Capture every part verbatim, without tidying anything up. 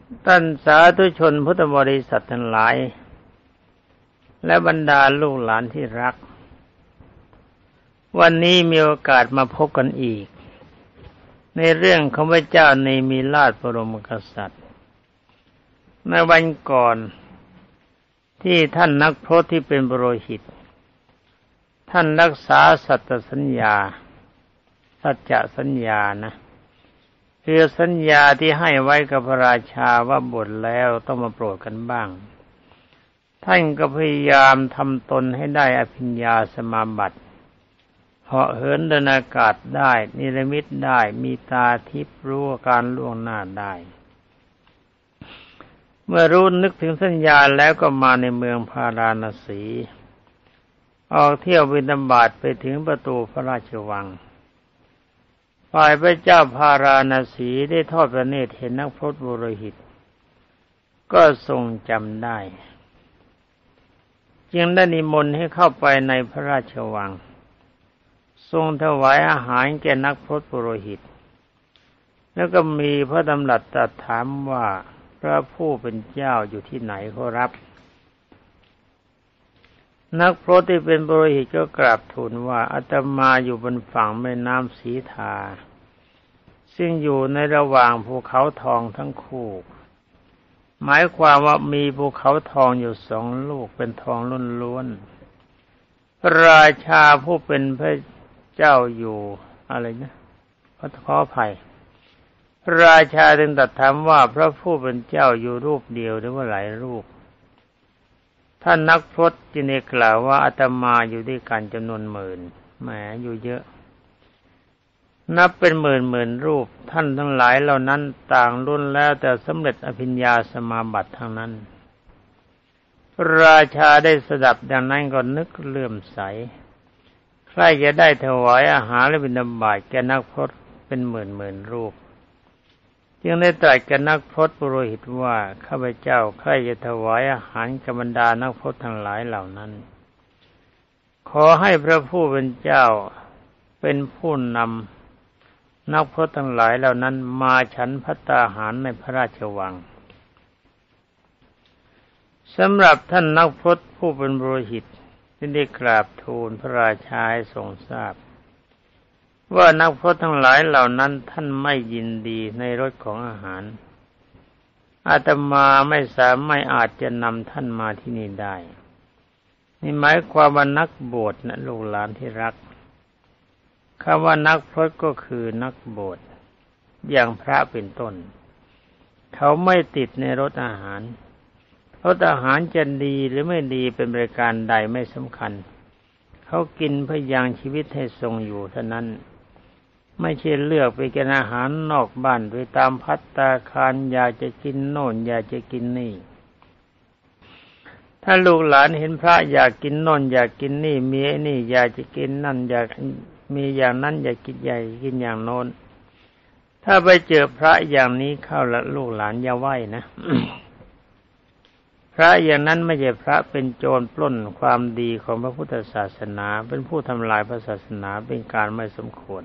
ท่านสาธุชนพุทธบริษัททั้งหลายและบรรดาลูกหลานที่รักวันนี้มีโอกาสมาพบกันอีกในเรื่องของพระเจ้าเนมิราชบรมกษัตริย์ในวันก่อนที่ท่านนักพรตที่เป็นปุโรหิตท่านรักษาสัตตสัญญาสัจจะสัญญานะคือสัญญาที่ให้ไว้กับพระราชาว่าบวชแล้วต้องมาโปรดกันบ้างท่านก็พยายามทำตนให้ได้อภิญญาสมาบัติเหาะเหินเดินอากาศได้นิรมิตได้มีตาทิพย์รู้การล่วงหน้าได้เมื่อรู้นึกถึงสัญญาแล้วก็มาในเมืองพาราณสีออกเที่ยวบิณฑบาตไปถึงประตูพระราชวังฝ่ายพระเจ้าพาราณสีได้ทอดพระเนตรเห็นนักพรตปุโรหิตก็ทรงจำได้จึงได้นิมนต์ให้เข้าไปในพระราชวังทรงถวายอาหารแก่นักพรตปุโรหิตแล้วก็มีพระดำรัสตรัสถามว่าพระผู้เป็นเจ้าอยู่ที่ไหนขอรับนักพรตที่เป็นปุโรหิตก็กราบทูลว่าอาตมาอยู่บนฝั่งแม่น้ำสีทาซึ่งอยู่ในระหว่างภูเขาทองทั้งคู่หมายความว่ามีภูเขาทองอยู่สองลูกเป็นทองล้วนๆพระราชาผู้เป็นพระเจ้าอยู่อะไรนะขอขออภัยพระราชาจึงตรัสถามว่าพระผู้เป็นเจ้าอยู่รูปเดียวหรือว่าหลายรูปท่านนักพรตจึงได้กล่าวว่าอาตมาอยู่ด้วยกันจำนวนหมื่นแหมอยู่เยอะนับเป็นหมื่นหมื่นรูปท่านทั้งหลายเหล่านั้นต่างล้วนแล้วแต่สำเร็จอภิญญาสมาบัติทั้งนั้นพระราชาได้สดับดังนั้นก็นึกเลื่อมใสใครจะได้ถวายอาหารและบิณฑบาตแก่นักพรตเป็นหมื่นหมื่นรูปจึงได้ตรัสกับนักพรตปุโรหิตว่าข้าพเจ้าใครจะถวายอาหารกับบรรดานักพรตทั้งหลายเหล่านั้นขอให้พระผู้เป็นเจ้าเป็นผู้นำนักพรตทั้งหลายเหล่านั้นมาฉันภัตตาหารในพระราชวังสำหรับท่านนักพรตผู้เป็นปุโรหิตจึงได้กราบทูลพระราชาให้ทรงทราบว่านักพรตทั้งหลายเหล่านั้นท่านไม่ยินดีในรสของอาหารอาตมาไม่สามารถอาจจะนำท่านมาที่นี่ได้นี่หมายความว่านักบวชนะลูกหลานที่รักคำว่านักพรตก็คือนักบวชอย่างพระเป็นต้นเขาไม่ติดในรสอาหารรสอาหารจะดีหรือไม่ดีเป็นประการใดไม่สำคัญเขากินเพื่อยังชีวิตให้ทรงอยู่เท่านั้นไม่ใช่เลือกไปกินอาหารนอกบ้านโดยตามภัตตาคารอยากจะกินโน่นอยากจะกินนี่ถ้าลูกหลานเห็นพระอยากกินโน่นอยากกินนี่มีไอ้นี่อยากจะกินนั่นอยากมีอย่างนั้นอยากกินใหญ่กินอย่างโน้นถ้าไปเจอพระอย่างนี้เข้าละลูกหลานอย่าไหว้นะ พระอย่างนั้นไม่ใช่พระเป็นโจรปล้นความดีของพระพุทธศาสนาเป็นผู้ทำลายพระศาสนาเป็นการไม่สมควร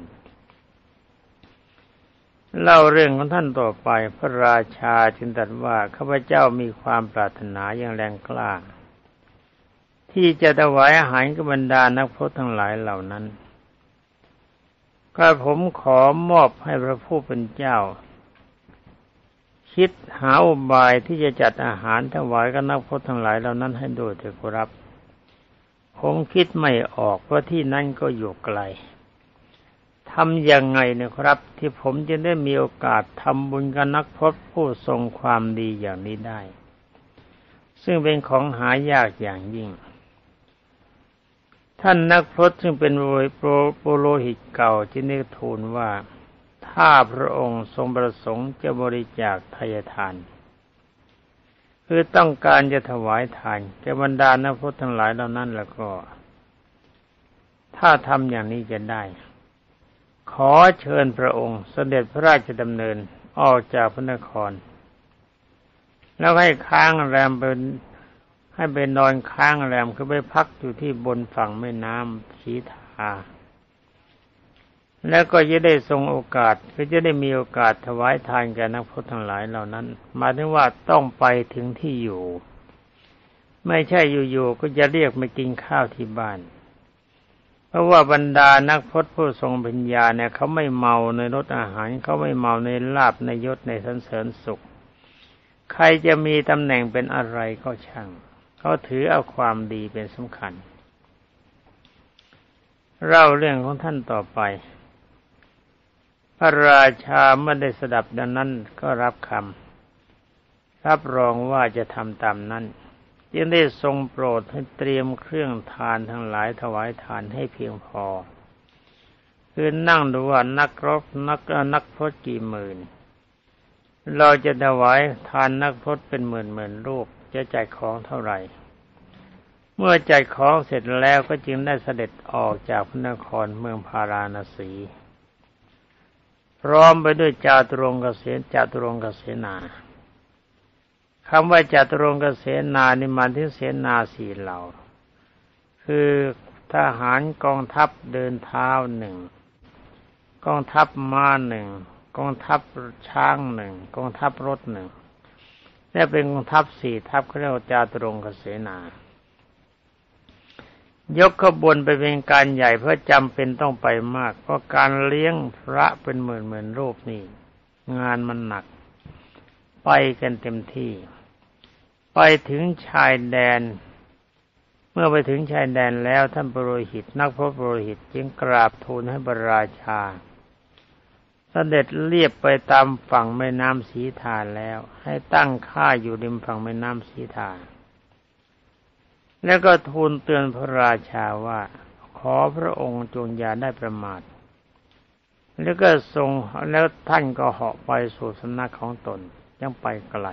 เล่าเรื่องของท่านต่อไปพระราชาจึงตรัสว่าข้าพเจ้ามีความปรารถนาอย่างแรงกล้าที่จะถวายอาหารกับบรรดานักพรตทั้งหลายเหล่านั้นก็ผมขอมอบให้พระผู้เป็นเจ้าคิดหาอุบายที่จะจัดอาหารถวายกับนักพรตทั้งหลายเหล่านั้นให้โดยเถิดครับผมคิดไม่ออกเพราะที่นั่นก็อยู่ไกลทำยังไงเนี่ยครับที่ผมจะได้มีโอกาสทำบุญกับนักพรตผู้ทรงความดีอย่างนี้ได้ซึ่งเป็นของหายากอย่างยิ่งท่านนักพรตซึ่งเป็นปุโรหิตเก่าจึงได้ทูลว่าถ้าพระองค์ทรงประสงค์จะบริจาคทายทานคือต้องการจะถวายทานแก่บรรดานักพรตทั้งหลายเหล่านั้นแล้วก็ถ้าทำอย่างนี้จะได้ขอเชิญพระองค์เสด็จพระราชดำเนินออกจากพระนครแล้วให้ค้างแรมเป็นให้ไปนอนค้างแรมคือไปพักอยู่ที่บนฝั่งแม่น้ำสีทาแล้วก็จะได้ทรงโอกาสก็จะได้มีโอกาสถวายทานแก่นักพรตทั้งหลายเหล่านั้นหมายถึงว่าต้องไปถึงที่อยู่ไม่ใช่อยู่ๆก็จะเรียกมากินข้าวที่บ้านเพราะว่าบรรดานักพรตผู้ทรงปัญญาเนี่ยเขาไม่เมาในรสอาหารเขาไม่เมาในลาภในยศในสรรเสริญสุขใครจะมีตำแหน่งเป็นอะไรก็ช่างเขาถือเอาความดีเป็นสำคัญเล่าเรื่องของท่านต่อไปพระราชาเมื่อได้สดับดังนั้นก็รับคำรับรองว่าจะทำตามนั้นจึงได้ทรงโปรดให้เตรียมเครื่องทานทั้งหลายถวายทานให้เพียงพอคือนั่งดูว่านักรบนักนักพรตกี่หมื่นเราจะถวายทานนักพรตเป็นหมื่นหมื่นรูปจะจ่ายของเท่าไหร่เมื่อจ่ายของเสร็จแล้วก็จึงได้เสด็จออกจากพระนครเมืองพาราณสีพร้อมไปด้วยจาตุรงกเสนจาตุรงกเสนาคำว่าจาตุรงกเสนานี่หมายถึงเสนาสี่เหล่าคือทหารกองทัพเดินเท้าหนึ่งกองทัพม้าหนึ่งกองทัพช้างหนึ่งกองทัพรถหนึ่งและเป็นกองทัพสี่ทัพเขาเรียกว่าจาตุรงกเสนายกขบวนไปเป็นการใหญ่เพื่อจำเป็นต้องไปมากเพราะการเลี้ยงพระเป็นหมื่นหมื่นรูปนี่งานมันหนักไปกันเต็มที่ไปถึงชายแดนเมื่อไปถึงชายแดนแล้วท่านปุโรหิตนักพรตปุโรหิตจึงกราบทูลให้พระราชาเสด็จเลียบไปตามฝั่งแม่น้ำสีทาแล้วให้ตั้งค่ายอยู่ริมฝั่งแม่น้ำสีทาแล้วก็ทูลเตือนพระราชาว่าขอพระองค์จงอย่าได้ประมาทแล้วก็ทรงแล้วท่านก็เหาะไปสู่สำนักของตนยังไปไกล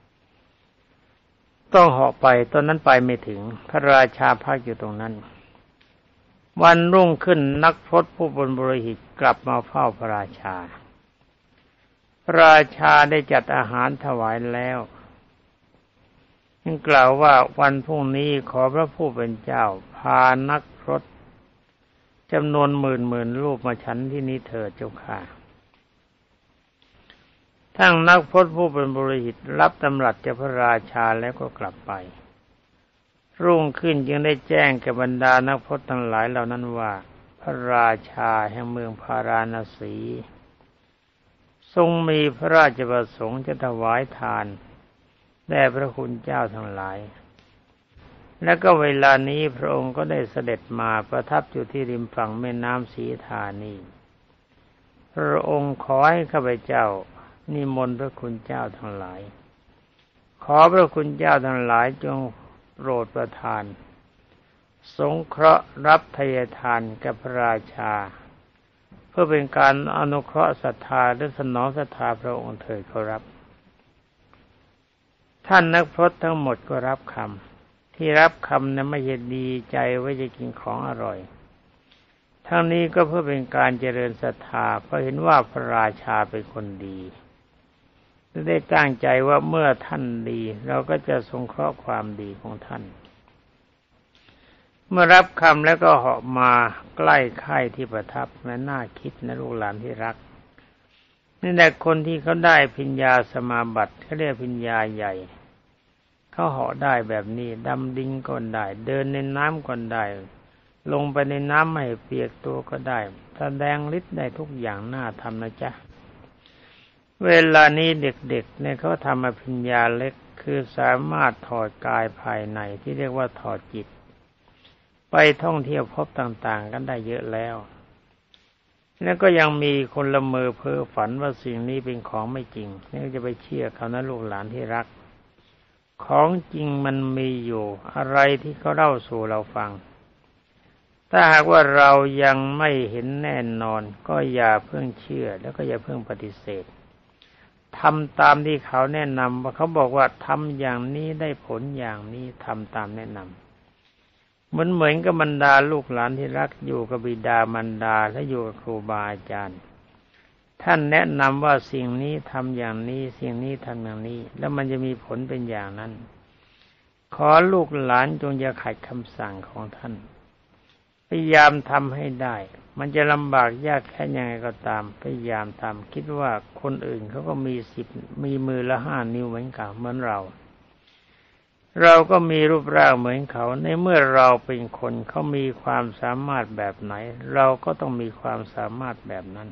ต้องเหาะไปตอนนั้นไปไม่ถึงพระราชาพักอยู่ตรงนั้นวันรุ่งขึ้นนักพรตผู้บนบริหิตกลับมาเฝ้าพระราชาพระราชาได้จัดอาหารถวายแล้วจึงกล่าวว่าวันพรุ่งนี้ขอพระผู้เป็นเจ้าพานักพรตจำนวนหมื่นหมื่นรูปมาฉันที่นี้เถิดเจ้าค่ะทั้งนักพรตผู้เป็นบริหิตรับตำรัสจากพระราชาแล้วก็กลับไปรุ่งขึ้นจึงได้แจ้งแก่บรรดานักพรตทั้งหลายเหล่านั้นว่าพระราชาแห่งเมืองพาราณสีทรงมีพระราชประสงค์จะถวายทานแด่พระคุณเจ้าทั้งหลายและก็เวลานี้พระองค์ก็ได้เสด็จมาประทับอยู่ที่ริมฝั่งแม่น้ำสีทานี้พระองค์ขอให้ข้าพเจ้านิมนต์พระคุณเจ้าทั้งหลายขอพระคุณเจ้าทั้งหลายจงโปรดประทานสงเคราะห์รับทายทานกับพระราชาเพื่อเป็นการอนุเคราะห์ศรัทธาและสนองศรัทธาพระองค์เถิดขอรับท่านนักพรตทั้งหมดก็รับคำที่รับคำนั้นไม่ใช่ดีใจว่าจะกินของอร่อยทั้งนี้ก็เพื่อเป็นการเจริญศรัทธาเพราะเห็นว่าพระราชาเป็นคนดีได้ตั้งใจว่าเมื่อท่านดีเราก็จะสงเคราะห์ความดีของท่านเมื่อรับคำแล้วก็เหาะมาใกล้ค่ายที่ประทับแม้น่าคิดนะลูกหลานที่รักนี่แหละคนที่เขาได้ภิญญาสมาบัติเขาเรียกภิญญาใหญ่เขาเหาะได้แบบนี้ดำดิ่งก็ได้เดินในน้ำก็ได้ลงไปในน้ำไม่เปียกตัวก็ได้แสดงฤทธิ์ได้ทุกอย่างน่าทำนะจ๊ะเวลานี้เด็กๆเนี่ยเขาทำอภิญญาเล็กคือสามารถถอดกายภายในที่เรียกว่าถอดจิตไปท่องเที่ยวพบต่างๆกันได้เยอะแล้วแล้วก็ยังมีคนละเมอเพ้อฝันว่าสิ่งนี้เป็นของไม่จริงนี่จะไปเชื่อเขานะลูกหลานที่รักของจริงมันมีอยู่อะไรที่เขาเล่าสู่เราฟังถ้าหากว่าเรายังไม่เห็นแน่นอนก็อย่าเพิ่งเชื่อแล้วก็อย่าเพิ่งปฏิเสธทำตามที่เขาแนะนำว่าเขาบอกว่าทำอย่างนี้ได้ผลอย่างนี้ทำตามแนะนำเหมือนเหมือนกับบรรดาลูกหลานที่รักอยู่กับบิดามารดาและอยู่กับครูบาอาจารย์ท่านแนะนำว่าสิ่งนี้ทำอย่างนี้สิ่งนี้ทำอย่างนี้แล้วมันจะมีผลเป็นอย่างนั้นขอลูกหลานจงอย่าขัดคำสั่งของท่านพยายามทำให้ได้มันจะลำบากยากแค่ยังไงก็ตามพยายามทำคิดว่าคนอื่นเขาก็มีสิบมีมือละห้านิ้วเหมือนกันเหมือนเราเราก็มีรูปร่างเหมือนเขาในเมื่อเราเป็นคนเขามีความสามารถแบบไหนเราก็ต้องมีความสามารถแบบนั้น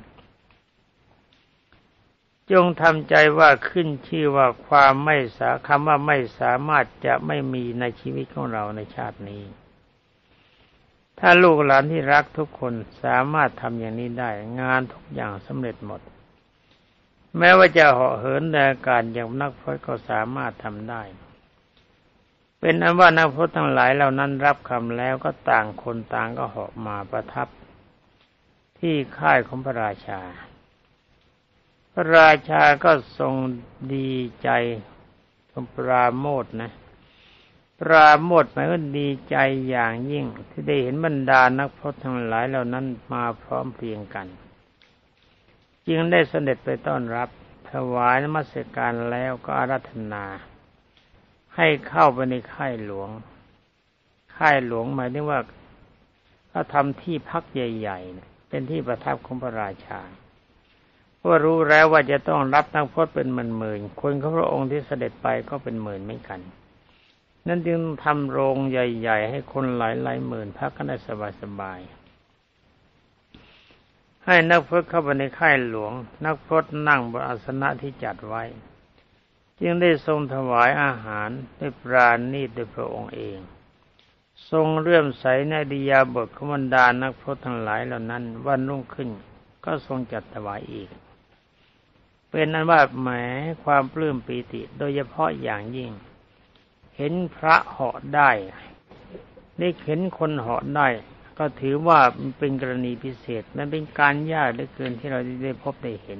จงทำใจว่าขึ้นชื่อว่าความไม่สาคำว่าไม่สามารถจะไม่มีในชีวิตของเราในชาตินี้ถ้าลูกหลานที่รักทุกคนสามารถทำอย่างนี้ได้งานทุกอย่างสำเร็จหมดแม้ว่าจะเหาะเหินในอากาศอย่างนักพรตก็สามารถทำได้เป็นอันว่านักพรตทั้งหลายเหล่านั้นรับคำแล้วก็ต่างคนต่างก็เหาะมาประทับที่ค่ายของพระราชาพระราชาก็ทรงดีใจทรงปราโมทย์นะปราโมทย์หมายว่าดีใจอย่างยิ่งที่ได้เห็นบรรดานักพรตทั้งหลายเหล่านั้นมาพร้อมเพรียงกันจึงได้เสด็จไปต้อนรับถวายนมัสการแล้วก็อาราธนาให้เข้าไปในค่ายหลวงค่ายหลวงหมายถึงว่าเขาทำที่พักใหญ่ๆเป็นที่ประทับของพระราชาเพราะรู้แล้วว่าจะต้องรับนักพรตเป็นหมื่นๆคนของพระองค์ที่เสด็จไปก็เป็นหมื่นเหมือนกันนั่นจึงทำโรงใหญ่ๆให้คนหลายๆหมื่นพักกันได้สบายๆให้นักพรตเข้าไปในค่ายหลวงนักพรตนั่งบนอาสนะที่จัดไว้จึงได้ทรงถวายอาหารด้วยปราณีตด้วยพระองค์เองทรงเลื่อมใสในอิริยาบถของบรรดานักพรตทั้งหลายเหล่านั้นวันรุ่งขึ้นก็ทรงจัดถวายอีกเป็นนั้นว่าแหมความปลื้มปีติโดยเฉพาะอย่างยิ่งเห็นพระเหาะได้ได้เห็นคนเหาะได้ก็ถือว่ามันเป็นกรณีพิเศษมันเป็นการยากเหลือเกินที่เราได้พบได้เห็น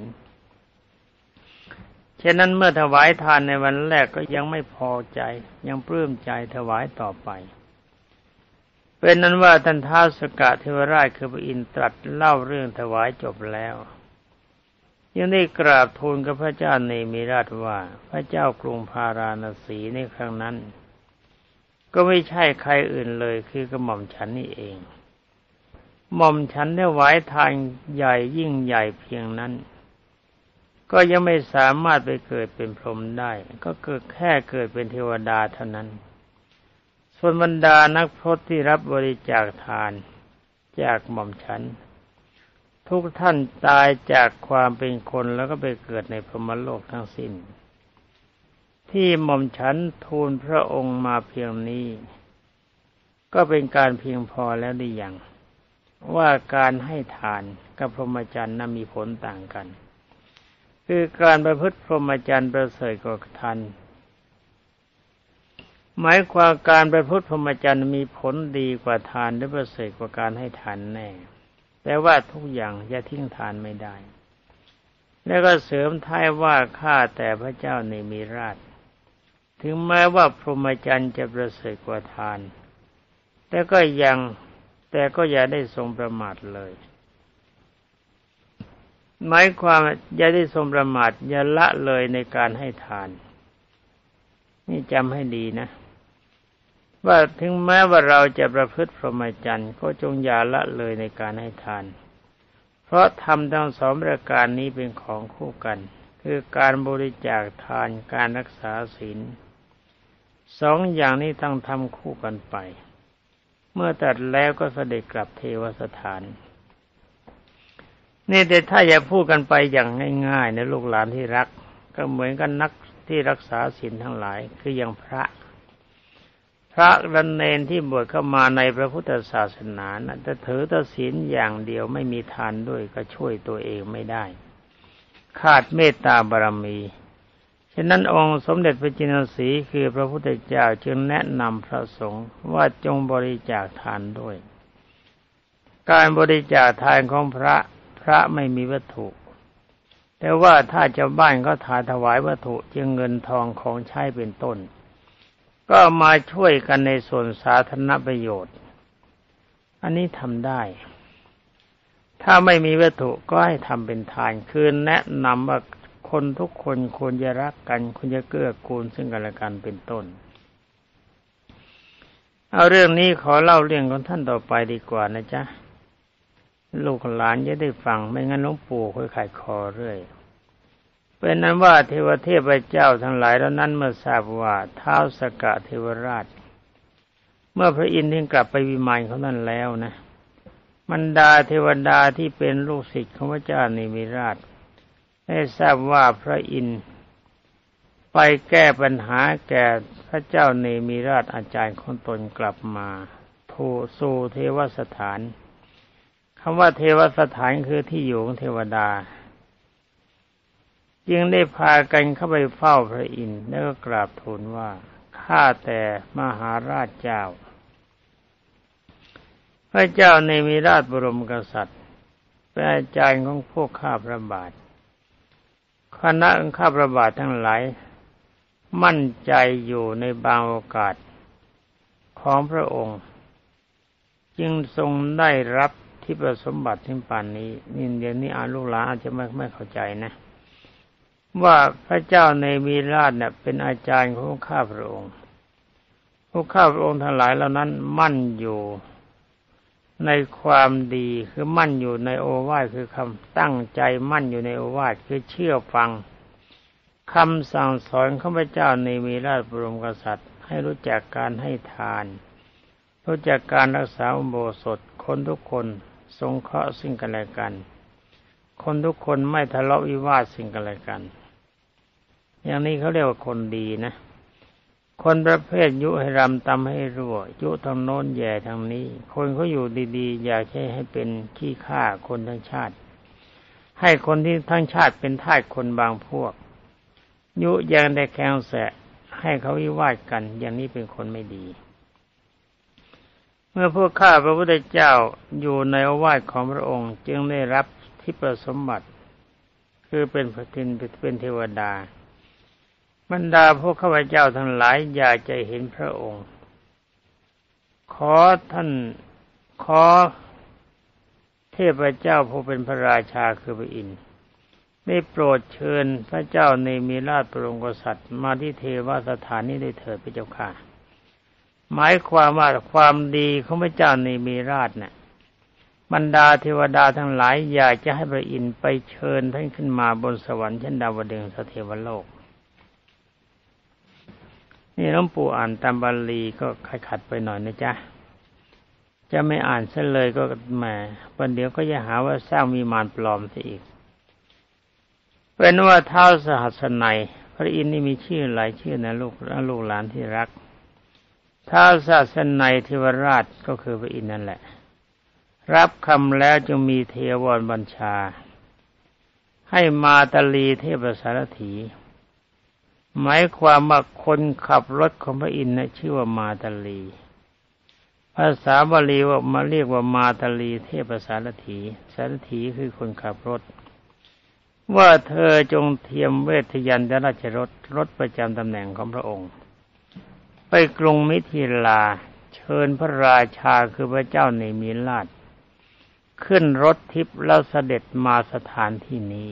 ฉะนั้นเมื่อถวายทานในวันแรกก็ยังไม่พอใจยังปลื้มใจถวายต่อไปเป็นนั้นว่าท่านท้าวสกะเทวราชคือพระอินทร์ตรัสเล่าเรื่องถวายจบแล้วยังได้กราบทูลกับพระเจ้าเนมิราชว่าพระเจ้ากรุงพาราณสีในครั้งนั้นก็ไม่ใช่ใครอื่นเลยคือกระหม่อมฉันนี่เองหม่อมฉันได้ถวายทานใหญ่ยิ่งใหญ่เพียงนั้นก็ยังไม่สามารถไปเกิดเป็นพรหมได้ก็เกิดแค่เกิดเป็นเทวดาเท่านั้นส่วนบรรดานักพรตที่รับบริจาคทานจากหม่อมฉันทุกท่านตายจากความเป็นคนแล้วก็ไปเกิดในพรหมโลกทั้งสิ้นที่หม่อมฉันทูลพระองค์มาเพียงนี้ก็เป็นการเพียงพอแล้วหรือยังว่าการให้ทานกับพรหมจรรย์นั้นมีผลต่างกันคือการประพฤติพรหมจรรย์ประเสริฐกว่าทานหมายความการประพฤติพรหมจรรย์มีผลดีกว่าทานหรือประเสริฐกว่าการให้ทานแน่แต่ว่าทุกอย่างจะทิ้งทานไม่ได้แล้วก็เสริมท้ายว่าข้าแต่พระเจ้าเนมิราชถึงแม้ว่าพรหมจรรย์จะประเสริฐกว่าทานแต่ก็ยังแต่ก็อย่าได้ทรงประมาทเลยหมายความอย่าได้ทรงประมาทอย่าละเลยในการให้ทานนี่จำให้ดีนะว่าถึงแม้ว่าเราจะประพฤติพรหมจรรย์ก็จงอย่าละเลยในการให้ทานเพราะทำทั้งสองประการนี้เป็นของคู่กันคือการบริจาคทานการรักษาศีลสองอย่างนี้ต้องทำคู่กันไปเมื่อตัดแล้วก็เสด็จกลับเทวสถานนี่แต่ถ้าอย่าพูดกันไปอย่างง่ายๆนะลูกหลานที่รักก็เหมือนกันนักที่รักษาศีลทั้งหลายคืออย่างพระพระและเณรที่บวชเข้ามาในพระพุทธศาสนานะจะถือแต่ศีลอย่างเดียวไม่มีทานด้วยก็ช่วยตัวเองไม่ได้ขาดเมตตาบารมีฉะนั้นองค์สมเด็จพระจินสีห์คือพระพุทธเจ้าจึงแนะนำพระสงฆ์ว่าจงบริจาคทานด้วยการบริจาคทานของพระพระไม่มีวัตถุแต่ว่าถ้าชาวบ้านก็ทานถวายวัตถุจึงเงินทองของใช้เป็นต้นก็มาช่วยกันในส่วนสาธารณประโยชน์อันนี้ทำได้ถ้าไม่มีวัตถุก็ให้ทำเป็นทานคือแนะนำว่าคนทุกคนควรจะรักกันควรจะเกื้อกูลซึ่งกันและกันเป็นต้นเอาเรื่องนี้ขอเล่าเรื่องของท่านต่อไปดีกว่านะจ๊ะลูกหลานจะได้ฟังไม่งั้นหลวงปู่ค่อยขายคอเรื่อยเป็นนั้นว่าเทวเทพเจ้าทั้งหลายแล้วนั้นเมื่อทราบว่าท้าวสกะเทวราชเมื่อพระอินทร์ถึงกลับไปวิมานเขานั่นแล้วนะบรรดาเทวดาที่เป็นลูกศิษย์ของพระเจ้าเนมิราชได้ทราบว่าพระอินทร์ไปแก้ปัญหาแก่พระเจ้าเนมิราชอาจารย์ของตนกลับมาทูสู่เทวสถานคำว่าเทวสถานคือที่อยู่ของเทวดาจึงได้พากันเข้าไปเฝ้าพระอินทร์แล้วก็กราบทูลว่าข้าแต่มหาราชเจ้าพระเจ้าเนมิราชบรมกษัตริย์เป็นอาจารย์ของพวกข้าพระบาทคณะข้าพระบาททั้งหลายมั่นใจอยู่ในบางโอกาสของพระองค์จึงทรงได้รับที่ประสมบัติที่ปานนี้นี่เดี๋ยวนี้อาลูกหลานอาจจะไม่ไม่เข้าใจนะว่าพระเจ้าเนมิราชเนี่ยเป็นอาจารย์ของข้าพระองค์พวกข้าพระองค์ทั้งหลายเหล่านั้นมั่นอยู่ในความดีคือมั่นอยู่ในโอวาทคือคำตั้งใจมั่นอยู่ในโอวาทคือเชื่อฟังคำสั่งสอนของพระเจ้าเนมิราชบรมกษัตริย์ให้รู้จักการให้ทานรู้จักการรักษาอุโบสถคนทุกคนสงเคราะห์ซึ่งกันและกันคนทุกคนไม่ทะเลาะวิวาทซึ่งกันและกันอย่างนี้เขาเรียกว่าคนดีนะคนประเภทยุให้รำตำให้รั่วยุทางโน้นแย่ทางนี้คนเขาอยู่ดีๆอยากให้ให้เป็นขี้ข้าคนทั้งชาติให้คนที่ทั้งชาติเป็นทาสคนบางพวกยุยังได้แข่งแสะให้เขาวิวาทกันอย่างนี้เป็นคนไม่ดีเมื่อพวกข้าพระพุทธเจ้าอยู่ในโอวาทของพระองค์จึงได้รับทิพสมบัติคือเป็นพระทินเป็นเทวดาบรรดาพวกข้าพเจ้าทั้งหลายอยากจะเห็นพระองค์ขอท่านขอเทพเจ้าผู้เป็นพระราชาคือพระอินทร์ได้โปรดเชิญพระเจ้าเนมิราชบรมกษัตริย์มาที่เทวสถานนี้ได้เถิดพระเจ้าค่ะหมายความว่าความดีของพระเจ้าเนมิราชน่ะบรรดาเทวดาทั้งหลายอยากจะให้พระอินทร์ไปเชิญท่านขึ้นมาบนสวรรค์ชั้นดาวดึงสเทวโลกนี่หลวงปู่อ่านตามบาลีก็ขัดๆไปหน่อยนะจ๊ะจะไม่อ่านซะเลยก็แหมประเดี๋ยวก็จะหาว่าสร้างวิมานปลอมซะอีกเป็นว่าท้าวสหัสนัยพระอินทร์นี่มีชื่อหลายชื่อนะลูกลูกหลานที่รักท้าวสหัสนัยเทวราชก็คือพระอินทร์นั่นแหละรับคำแล้วจึงมีเทวรบัญชาให้มาตลีเทพสารถีหมายความว่าคนขับรถของพระอินทร์นะชื่อว่ามาตลีภาษาบาลีว่ามาเรียกว่ามาตลีเทพสารถีสารถีคือคนขับรถว่าเธอจงเทียมเวทยันตราชรถรถประจำตำแหน่งของพระองค์ไปกรุงมิถิลาเชิญพระราชาคือพระเจ้าเนมิราชขึ้นรถทิพย์แล้วเสด็จมาสถานที่นี้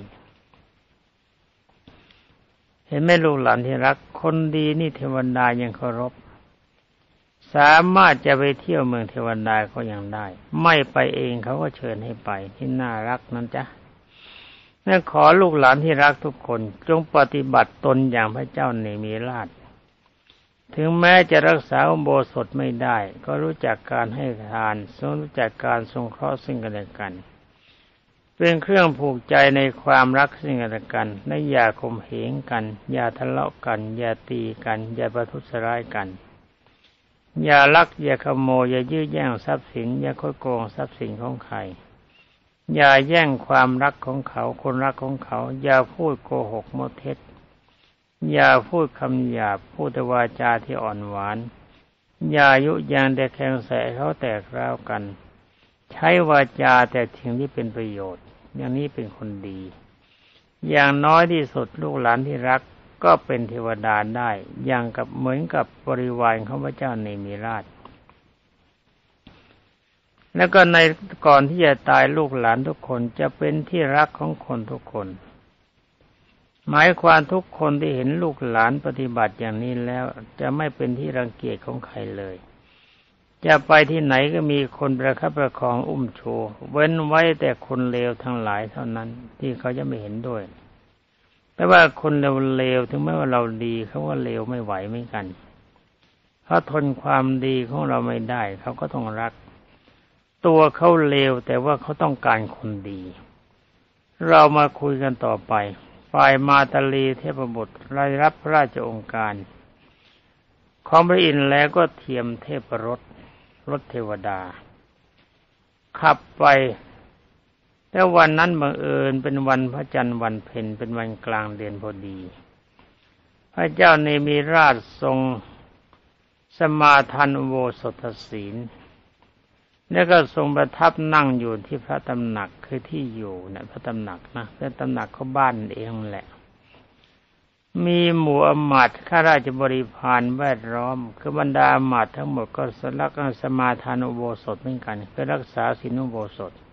เห็นไหมลูกหลานที่รักคนดีนี่เทวดายังเคารพสามารถจะไปเที่ยวเมืองเทวดาก็ยังได้ไม่ไปเองเขาก็เชิญให้ไปที่น่ารักนั้นจ้ะนั่นขอลูกหลานที่รักทุกคนจงปฏิบัติตนอย่างพระเจ้าเนมิราชถึงแม้จะรักษาอุโบสถไม่ได้ก็รู้จักการให้ทานรู้จักการสงเคราะห์ซึ่งกันและกันเป็นเครื่องผูกใจในความรักซึ่งกันและกันและอย่าข่มเหงกันอย่าทะเลาะกันอย่าตีกันอย่าประทุษร้ายกันอย่าลักอย่าขโมยอย่ายื้อแย่งทรัพย์สินอย่าคดโกงทรัพย์สินของใครอย่าแย่งความรักของเขาคนรักของเขาอย่าพูดโกหกมดเท็จอย่าพูดคำหยาบพูดแต่วาจาที่อ่อนหวานอย่ายุยงแต่แข่งแสเขาแตกร้าวกันใช้วาจาแต่สิ่งที่เป็นประโยชน์อย่างนี้เป็นคนดีอย่างน้อยที่สุดลูกหลานที่รักก็เป็นเทวดาได้อย่างกับเหมือนกับบริวารของพระเจ้าเนมิราชแล้วก็ในก่อนที่จะตายลูกหลานทุกคนจะเป็นที่รักของคนทุกคนหมายความทุกคนที่เห็นลูกหลานปฏิบัติอย่างนี้แล้วจะไม่เป็นที่รังเกียจของใครเลยจะไปที่ไหนก็มีคนประคับประคองอุ้มชูเว้นไว้แต่คนเลวทั้งหลายเท่านั้นที่เขาจะไม่เห็นด้วยแต่ว่าคนเลวๆถึงแม้ว่าเราดีเขาว่าเลวไม่ไหวเหมือนกันเขาทนความดีของเราไม่ได้เขาก็ต้องรักตัวเขาเลวแต่ว่าเขาต้องการคนดีเรามาคุยกันต่อไปฝ่ายมาตาลีเทพบุตรได้รับพระราชองค์การของพระอินทร์แล้วก็เทียมเทพรถรถเทวดาขับไปแต่วันนั้นบังเอิญเป็นวันพระจันทร์วันเพ็ญเป็นวันกลางเดือนพอดีพระเจ้าเนมิราชทรงสมาทานอุโบสถศีลแล้วก็ทรงประทับนั่งอยู่ที่พระตำหนักคือที่อยู่เนี่ยพระตำหนักนะเป็นตำหนักเขาบ้านเองแหละมีหมู่อมาตย์ข้าราชบริพารแวดล้อมคือบรรดาอมาตย์ทั้งหมดก็สลักสมาทานอุโบสถเหมือนกันเพื่อรักษาศีลอุโบสถ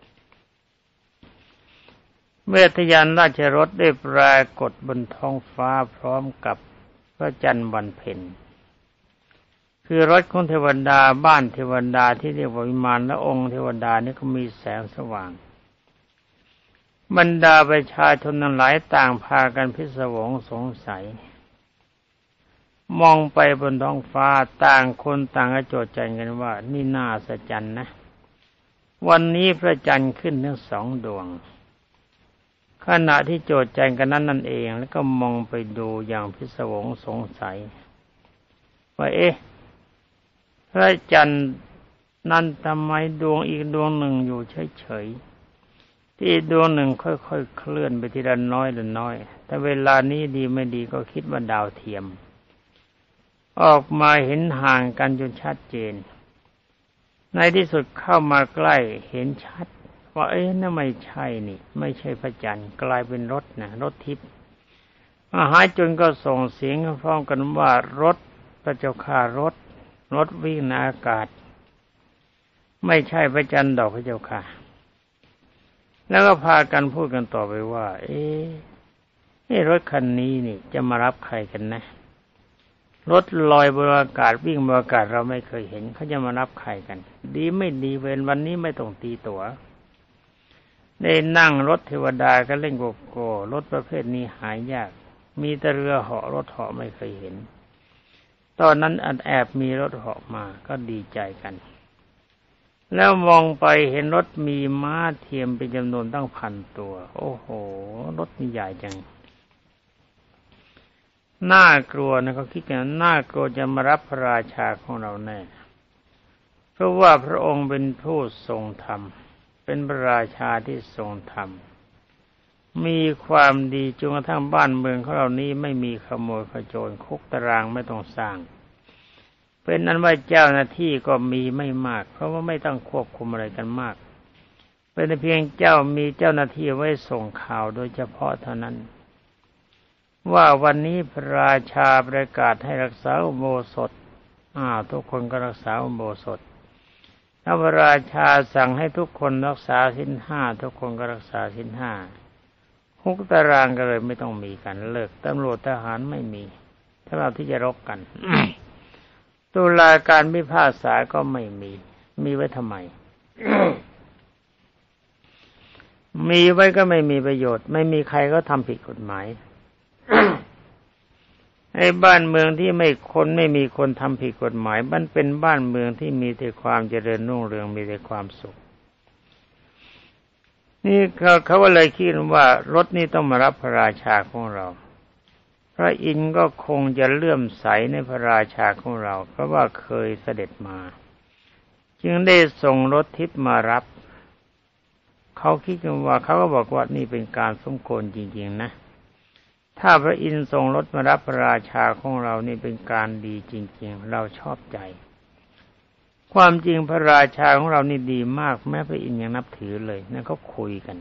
เมื่อทยานราชรถได้ปรากฏบนท้องฟ้าพร้อมกับพระจันทร์วันเพ็ญคือรถของเทวดาบ้านเทวดาที่เรียกว่าวิมานและองค์เทวดานี่ก็มีแสงสว่างบรรดาประชาชนทั้งหลายต่างพากันพิศวงสงสัยมองไปบนท้องฟ้าต่างคนต่างกระโจทย์ใจกันว่านี่น่าอัศจรรย์นะวันนี้พระจันทร์ขึ้นทั้งสองดวงขณะที่โจทย์ใจกันนั้นนั่นเองแล้วก็มองไปดูอย่างพิศวงสงสัยว่าเอ๊ะพระจันทร์นั้นทำไมดวงอีกดวงหนึ่งอยู่เฉยๆที่ดวงหนึ่งค่อยๆเคลื่อนไปทีละน้อยละน้อยแต่เวลานี้ดีไม่ดีก็คิดว่าดาวเทียมออกมาเห็นห่างกันจนชัดเจนในที่สุดเข้ามาใกล้เห็นชัดว่าเอ๊ะนั่นไม่ใช่นี่ไม่ใช่พระจันทร์กลายเป็นรถนะรถทิพย์มหาชนก็ส่งเสียงฟ้องกันว่ารถพระเจ้าข้ารถรถวิ่งในอากาศไม่ใช่พระจันทร์ดอกพระเจ้าค่ะแล้วก็พากันพูดกันต่อไปว่าเอ๊ะนี่รถคันนี้นี่จะมารับใครกันนะรถลอยบนอากาศวิ่งบนอากาศเราไม่เคยเห็นเขาจะมารับใครกันดีไม่ดีเวรวันนี้ไม่ต้องตีตั๋วได้นั่งรถเทวดาก็เล่นโกโก้รถประเภทนี้หายากมีแต่เรือเหาะรถเหาะไม่เคยเห็นตอนนั้นอันแอบมีรถเหาะมาก็ดีใจกันแล้วมองไปเห็นรถมีม้าเทียมเป็นจำนวนตั้งพันตัวโอ้โหรถนี่ใหญ่จังน่ากลัวนะเขาคิดกันน่ากลัวจะมารับพระราชาของเราแน่เพราะว่าพระองค์เป็นผู้ทรงธรรมเป็นพระราชาที่ทรงธรรมมีความดีจนกระทั่งบ้านเมืองของเรานี้ไม่มีขโมยขโจรคุกตารางไม่ต้องสร้างเป็นนั้นว่าเจ้าหน้าที่ก็มีไม่มากเพราะว่าไม่ต้องควบคุมอะไรกันมากเป็นเพียงเจ้ามีเจ้าหน้าที่ไว้ส่งข่าวโดยเฉพาะเท่านั้นว่าวันนี้พระราชาประกาศให้รักษาอุโบสถอ้าวทุกคนก็รักษาอุโบสถถ้าพระราชาสั่งให้ทุกคนรักษาศีลห้าทุกคนก็รักษาศีลห้าคุกตารางก็เลยไม่ต้องมีกันเลิกตำรวจทหารไม่มีสำหรับที่จะรบกัน ตุลาการพิพากษาก็ไม่มีมีไว้ทำไม มีไว้ก็ไม่มีประโยชน์ไม่มีใครก็ทำผิดกฎหมาย ไอ้บ้านเมืองที่ไม่คนไม่มีคนทำผิดกฎหมายมันเป็นบ้านเมืองที่มีแต่ความเจริญรุ่งเรืองมีแต่ความสุขนี่เขาเขาก็เลยคิดว่ารถนี้ต้องมารับพระราชาของเราพระอินทร์ก็คงจะเลื่อมใสในพระราชาของเราเพราะว่าเคยเสด็จมาจึงได้ส่งรถทิพย์มารับเขาคิดกันว่าเขาก็บอกว่านี่เป็นการสมควรจริงๆนะถ้าพระอินทร์ส่งรถมารับพระราชาของเรานี่เป็นการดีจริงๆเราชอบใจความจริงพระราชาของเรานี่ดีมากแม้พระอินทร์ยังนับถือเลยนั่นเขาคุยกัน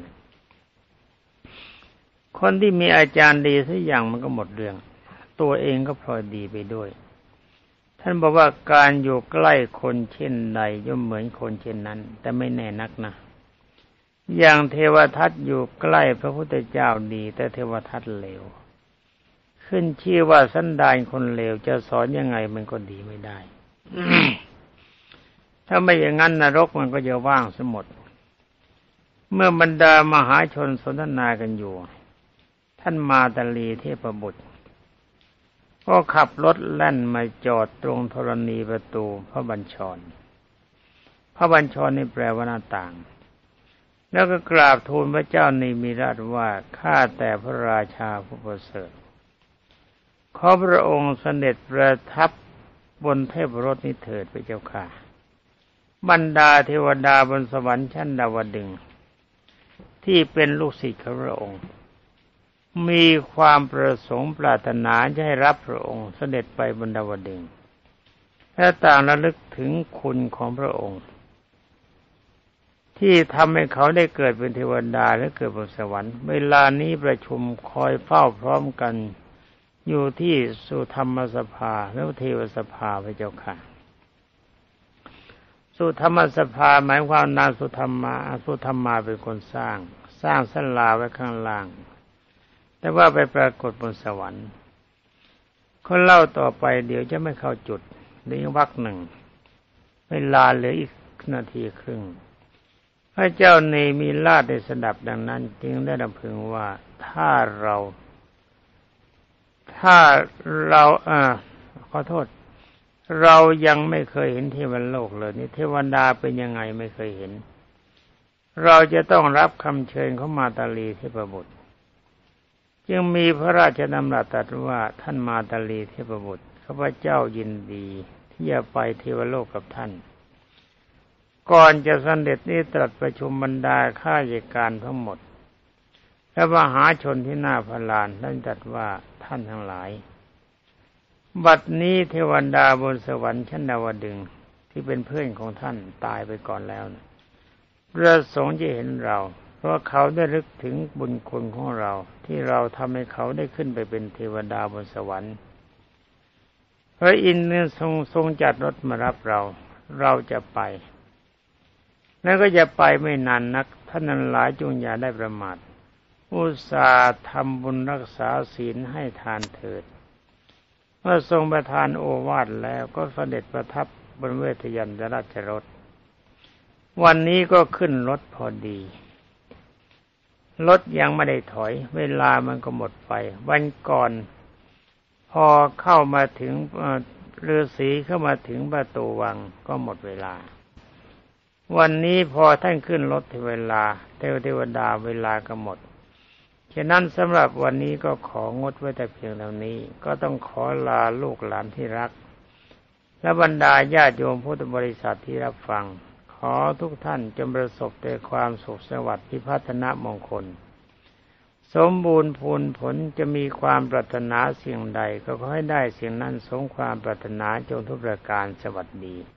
คนที่มีอาจารย์ดีสักอย่างมันก็หมดเรื่องตัวเองก็พลอยดีไปด้วยท่านบอกว่าการอยู่ใกล้คนเช่นใดย่อมเหมือนคนเช่นนั้นแต่ไม่แน่นักนะอย่างเทวทัตอยู่ใกล้พระพุทธเจ้าดีแต่เทวทัตเลวขึ้นชื่อว่าสันดานคนเลวจะสอนยังไงมันก็ดีไม่ได้ ฉถ้าไม่อย่างนั้นนรกมันก็จะว่างสมดเมื่อบรรดามหาชนสนทนากันอยู่ท่านมาตาลีเทพบุตรก็ขับรถแล่นมาจอดตรงธรณีประตูพระบัญชรพระบัญชรนี่แปลว่าหน้าต่างแล้วก็กราบทูลพระเจ้านิมิราชว่าข้าแต่พระราชาผู้ประเสริฐขอพระองค์เสด็จประทับบนเทพรถนี้เถิดพระเจ้าค่ะบรรดาเทวดาบนสวรรค์ชั้นดาวดึงส์ที่เป็นลูกศิษย์ของพระองค์มีความประสงค์ปรารถนาจะให้รับพระองค์เสด็จไปบนดาวดึงส์และต่างระลึกถึงคุณของพระองค์ที่ทำให้เขาได้เกิดเป็นเทวดาและเกิดบนสวรรค์เวลานี้ประชุมคอยเฝ้าพร้อมกันอยู่ที่สุธรรมสภาและเทวสภาพระเจ้าค่ะสุธรรมสภาหมายความนางสุธรรมาสุธรรมาเป็นคนสร้างสร้างศาลาไว้ข้างล่างแต่ว่าไปปรากฏบนสวรรค์คนเล่าต่อไปเดี๋ยวจะไม่เข้าจุดเหลืออีกวรรคหนึ่งเวลาเหลืออีกนาทีครึ่งพระเจ้าเนมิราชได้สดับดังนั้นจึงได้รำพึงว่าถ้าเราถ้าเราอ่าขอโทษเรายังไม่เคยเห็นเทวโลกเลยนี่เทวดาเป็นยังไงไม่เคยเห็นเราจะต้องรับคำเชิญของมาตาลีเทพบุตรจึงมีพระราชดำรัสตรัสว่าท่านมาตาลีเทพบุตรข้าพเจ้ายินดีที่จะไปเทวโลกกับท่านก่อนจะเสด็จนี้ตรัสประชุมบรรดาข้าราชการทั้งหมดและมหาชนที่หน้าพระลานท่านตรัสว่าท่านทั้งหลายบัดนี้เทวดาบนสวรรค์ชั้นดาวดึงส์ที่เป็นเพื่อนของท่านตายไปก่อนแล้วนะประสงค์จะเห็นเราเพราะเขาได้รึกถึงบุญคุณของเราที่เราทำให้เขาได้ขึ้นไปเป็นเทวดาบนสวรรค์พระอินทร์ทรงทรงจัดรถมารับเราเราจะไปแล้วก็จะไปไม่นานนักท่านนั้นหลายจงอย่าได้ประมาทอุตส่าห์ทำบุญรักษาศีลให้ทานเถิดเมื่อทรงประทานโอวาทแล้วก็เสด็จประทับบนเวทยันตราชรถวันนี้ก็ขึ้นรถพอดีรถยังไม่ได้ถอยเวลามันก็หมดไปวันก่อนพอเข้ามาถึงฤาษีเข้ามาถึงประตูวังก็หมดเวลาวันนี้พอท่านขึ้นรถถึงเวลาเทวเทวดาเวลาก็หมดฉะนั้นสำหรับวันนี้ก็ของดไว้แต่เพียงเท่านี้ก็ต้องขอลาลูกหลานที่รักและบรรดาญาติโยมพุทธบริษัทที่รับฟังขอทุกท่านจงประสบแต่ความสุขสวัสดิ์พิพัฒนมงคลสมบูรณ์พูนผลจะมีความปรารถนาสิ่งใดก็ขอให้ได้สิ่งนั้นสมความปรารถนาจงทุกประการสวัสดี